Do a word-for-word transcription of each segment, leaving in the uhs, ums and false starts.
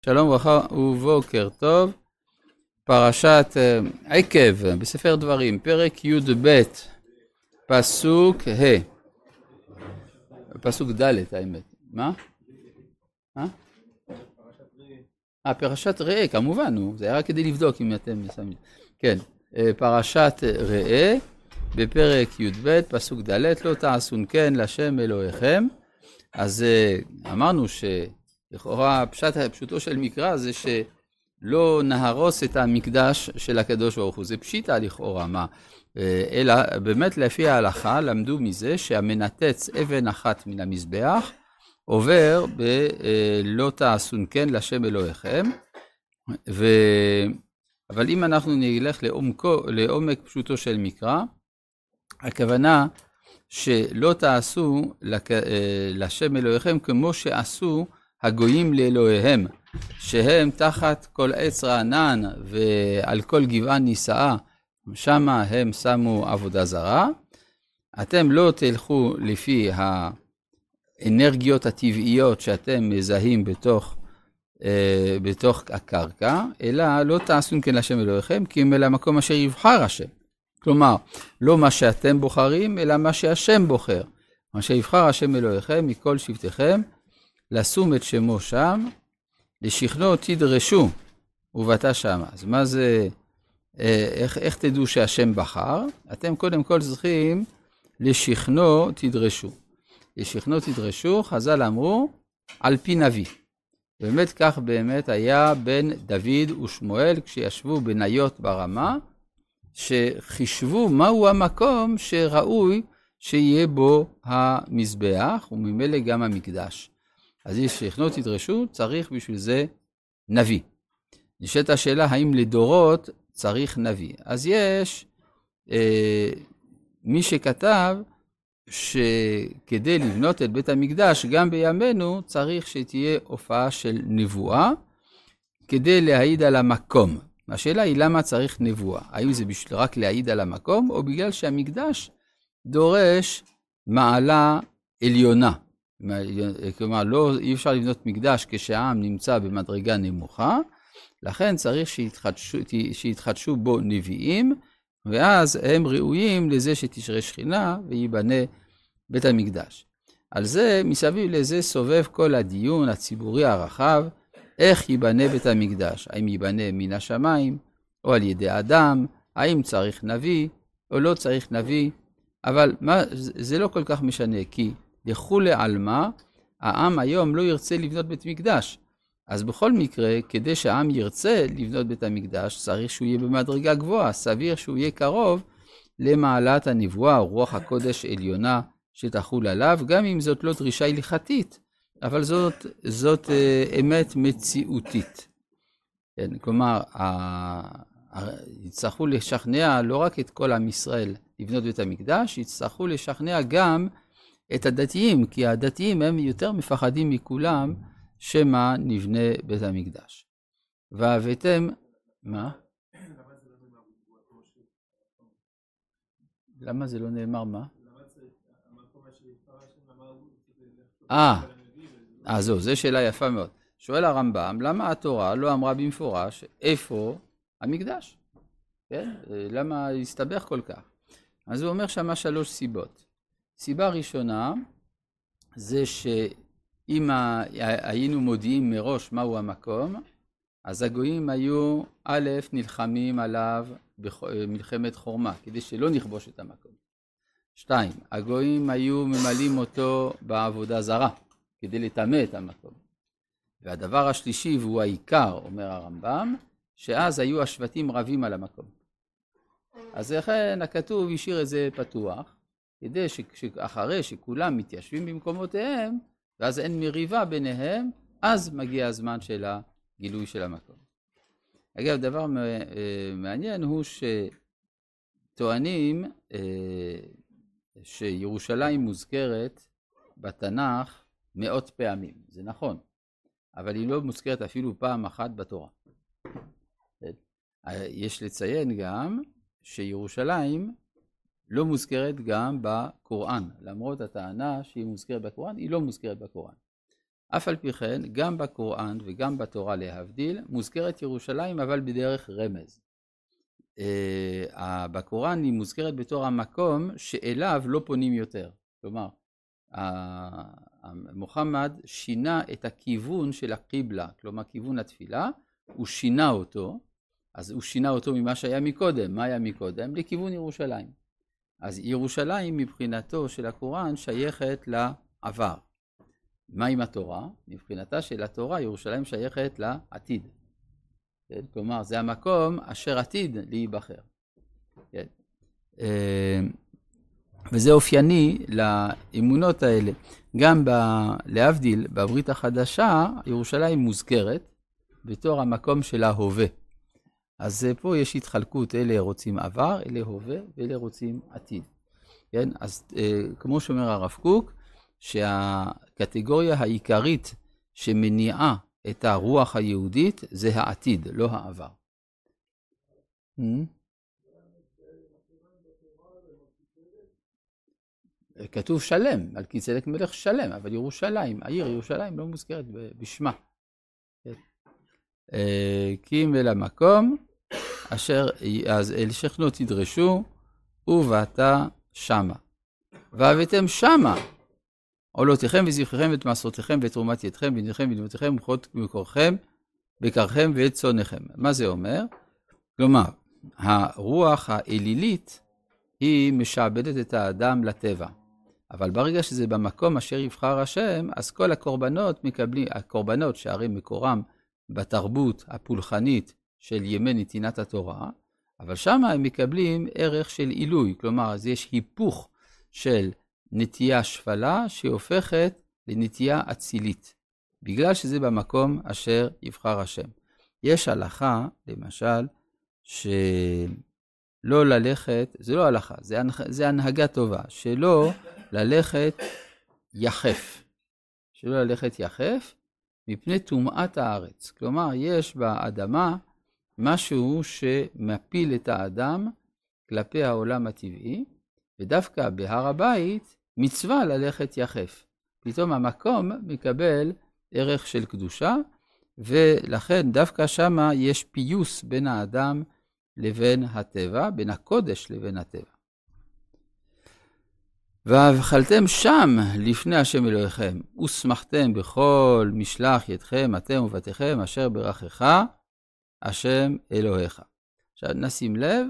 שלום וברכה ובוקר טוב. פרשת עקב בספר דברים, פרק י"ב, פסוק ה', פסוק ד' האמת. מה? מה? אה, פרשת ראה, כמובן, זה היה רק כדי לבדוק אם אתם שמים. כן, פרשת ראה, בפרק י"ב, פסוק ד', לא תעשון כן לשם אלוהיכם. אז אמרנו ש... לכאורה, פשט, פשוטו של מקרא זה שלא נהרוס את המקדש של הקדוש ברוך הוא. זה פשיטה לכאורה, מה? אלא באמת לפי ההלכה למדו מזה שהמנתץ אבן אחת מן המזבח עובר בלא תעשון כן לשם אלוהיכם. ו... אבל אם אנחנו נלך לעומקו, לעומק פשוטו של מקרא, הכוונה שלא תעשו לשם אלוהיכם כמו שעשו הגויים לאלוהיהם, שהם תחת כל עץ רענן ועל כל גבעה נישאה, שמה הם שמו עבודה זרה. אתם לא תלכו לפי האנרגיות הטבעיות שאתם מזהים בתוך, אה, בתוך הקרקע, אלא לא תעשון כן לשם אלוהיכם, כי אם אל המקום אשר יבחר השם. כלומר, לא מה שאתם בוחרים, אלא מה שהשם בוחר. מה שיבחר השם אלוהיכם מכל שבטיכם, לשום את שמו שם, לשכנו תדרשו, ובתה שמה. אז מה זה, איך, איך תדעו שהשם בחר? אתם קודם כל צריכים לשכנו תדרשו. לשכנו תדרשו, חז"ל אמרו, על פי נביא. באמת כך באמת היה בין דוד ושמואל, כשישבו בניות ברמה, שחישבו מהו המקום שראוי שיהיה בו המזבח, וממילא גם המקדש. אז יש שיכנו תדרשו, צריך בשביל זה נביא. נשאלת השאלה, האם לדורות צריך נביא? אז יש אה, מי שכתב שכדי לבנות את בית המקדש, גם בימינו צריך שתהיה הופעה של נבואה, כדי להעיד על המקום. השאלה היא למה צריך נבואה? האם זה בשביל רק להעיד על המקום, או בגלל שהמקדש דורש מעלה עליונה? כלומר, לא, אי אפשר לבנות מקדש כשהעם נמצא במדרגה נמוכה, לכן צריך שיתחדשו, שיתחדשו בו נביאים, ואז הם ראויים לזה שתשרה שכינה ויבנה בית המקדש. על זה, מסביב לזה סובב כל הדיון הציבורי הרחב, איך ייבנה בית המקדש, האם ייבנה מן השמיים, או על ידי אדם, האם צריך נביא, או לא צריך נביא, אבל מה, זה לא כל כך משנה, כי לכולי עלמא, העם היום לא ירצה לבנות בית מקדש. אז בכל מקרה, כדי שהעם ירצה לבנות בית המקדש, צריך שהוא יהיה במדרגה גבוהה, סביר שהוא יהיה קרוב למעלת הנבואה, רוח הקודש עליונה שתחול עליו, גם אם זאת לא דרישה הלכתית, אבל זאת, זאת אה, אמת מציאותית. כן, כלומר, יצטרכו לשכנע לא רק את כל עם ישראל לבנות בית המקדש, יצטרכו לשכנע גם את הדתיים, כי הדתיים הם יותר מפחדים מכולם שמה נבנה בית המקדש. והבאתם, מה? למה זה לא נאמר מה? אה, אז זו, זו שאלה יפה מאוד. שואל הרמב"ם, למה התורה לא אמרה במפורש איפה המקדש? כן? למה להסתבך כל כך? אז הוא אומר שמה שלוש סיבות. סיבה ראשונה זה שאם היינו מודיעים מראש מהו המקום, אז הגויים היו א' נלחמים עליו במלחמת חורמה, כדי שלא נכבוש את המקום. שתיים, הגויים היו ממלאים אותו בעבודה זרה, כדי לטמא את המקום. והדבר השלישי, והוא העיקר, אומר הרמב"ם, שאז היו השבטים רבים על המקום. אז לכן הכתוב השאיר את זה פתוח, כדי שאחרי שכולם מתיישבים במקומותיהם, ואז אין מריבה ביניהם, אז מגיע הזמן של הגילוי של המקום. אגב, דבר מעניין הוא שטוענים שירושלים מוזכרת בתנ"ך מאות פעמים. זה נכון, אבל היא לא מוזכרת אפילו פעם אחת בתורה. יש לציין גם שירושלים לא מוזכרת גם בקוראן, למרות הטענה שהיא מוזכרת בקוראן, היא לא מוזכרת בקוראן. אף על פי כן, גם בקוראן וגם בתורה להבדיל, מוזכרת ירושלים אבל בדרך רמז. בקוראן היא מוזכרת בתור המקום שאליו לא פונים יותר. כלומר, מוחמד שינה את הכיוון של הקיבלה, כלומר כיוון התפילה, הוא שינה אותו, אז הוא שינה אותו ממה שהיה מקודם. מה היה מקודם? לכיוון ירושלים. אז ירושלים מבחינתו של הקוראן שייכת לעבר. מה עם התורה? מבחינתה של התורה ירושלים שייכת לעתיד. כן? כלומר, זה המקום אשר עתיד להיבחר. כן? וזה אופייני לאמונות האלה. גם ב... להבדיל, בברית החדשה, ירושלים מוזכרת בתור המקום של ההווה. אז פה יש התחלקות, אלה רוצים עבר, אלה הווה, ואלה רוצים עתיד. כן? אז כמו שאומר הרב קוק, שהקטגוריה העיקרית שמניעה את הרוח היהודית זה העתיד, לא העבר. כתוב שלם, מלכי צדק מלך שלם, אבל ירושלים, העיר ירושלים לא מוזכרת בשמה. כי אם אל המקום, אשר אז אל שכנו תדרשו, ובאת שמה. והבאתם שמה, עולותיכם וזבחיכם ואת מעשרותיכם ואת תרומת ידכם ונדכם ונדמותיכם ומחות מקורכם, בקרכם ואת צונכם. מה זה אומר? כלומר, הרוח האלילית היא משעבדת את האדם לטבע. אבל ברגע שזה במקום אשר יבחר השם, אז כל הקורבנות מקבלים, הקורבנות שהרי מקורם בתרבות הפולחנית של ימי נתינת התורה, אבל שם הם מקבלים ערך של עילוי, כלומר, אז יש היפוך של נטייה שפלה שהופכת לנטייה אצילית, בגלל שזה במקום אשר יבחר השם. יש הלכה, למשל, שלא ללכת, זה לא הלכה, זה, זה הנהגה טובה, שלא ללכת יחף, שלא ללכת יחף, מפני טומאת הארץ. כלומר, יש באדמה משהו שמפיל את האדם כלפי העולם הטבעי, ודווקא בהר הבית מצווה ללכת יחף. פתאום המקום מקבל ערך של קדושה, ולכן דווקא שמה יש פיוס בין האדם לבין הטבע, בין הקודש לבין הטבע. ואכלתם שם לפני השם אלוהיכם, ושמחתם בכל משלח ידכם, אתם ובתיכם, אשר ברכך השם אלוהיך. עכשיו נשים לב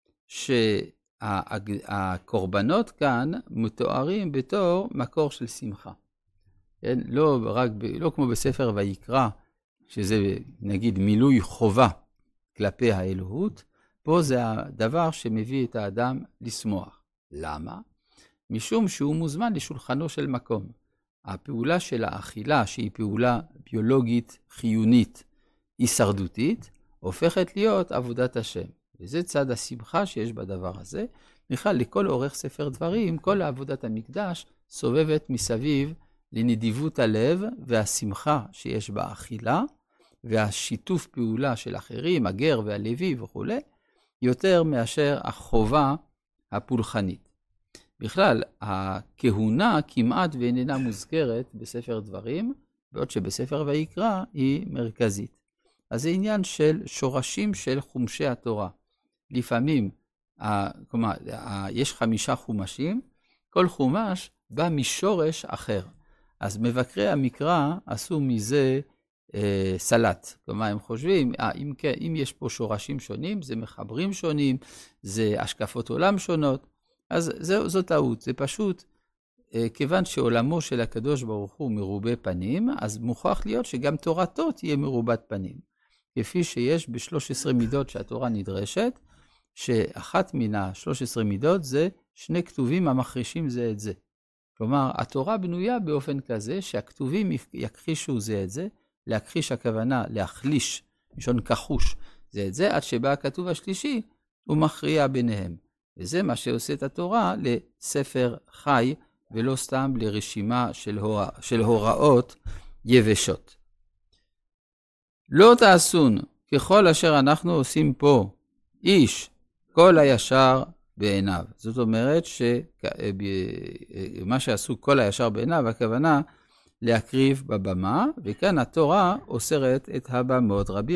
שהקורבנות כאן מתוארים בתור מקור של שמחה. כן? לא, רק, לא כמו בספר ויקרא, שזה נגיד מילוי חובה כלפי האלוהות, פה זה הדבר שמביא את האדם לשמוח. למה? משום שהוא מוזמן לשולחנו של מקום. הפעולה של האכילה, שהיא פעולה ביולוגית חיונית, הישרדותית, הופכת להיות עבודת השם. וזה צד השמחה שיש בדבר הזה. בכלל, לכל אורך ספר דברים, כל עבודת המקדש סובבת מסביב לנדיבות הלב והשמחה שיש באכילה, והשיתוף פעולה של אחרים, הגר והלוי וכו', יותר מאשר החובה הפולחנית. בכלל, הכהונה כמעט ואיננה מוזכרת בספר דברים, בעוד שבספר ויקרא היא מרכזית. אז זה עניין של שורשים של חומשי התורה. לפעמים, כלומר, יש חמישה חומשים, כל חומש בא משורש אחר. אז מבקרי המקרא עשו מזה אה, סלט. כלומר, הם חושבים, אה, אם, אם יש פה שורשים שונים, זה מחברים שונים, זה השקפות עולם שונות, אז זו, זו טעות. זה פשוט, אה, כיוון שעולמו של הקדוש ברוך הוא מרובה פנים, אז מוכרח להיות שגם תורתו תהיה מרובת פנים. כפי שיש ב-שלוש עשרה מידות שהתורה נדרשת, שאחת מן ה-שלוש עשרה מידות זה שני כתובים המחרישים זה את זה. כלומר, התורה בנויה באופן כזה שהכתובים יכחישו זה את זה, להכחיש הכוונה להחליש, משון כחוש זה את זה, עד שבא הכתוב השלישי, הוא מכריע ביניהם. וזה מה שעושה את התורה לספר חי, ולא סתם לרשימה של, הורא, של הוראות יבשות. לא תעשון ככל אשר אנחנו עושים פה, איש כל הישר בעיניו. זאת אומרת שמה שעשו כל הישר בעיניו, הכוונה להקריב בבמה, וכאן התורה אוסרת את הבמות. רבי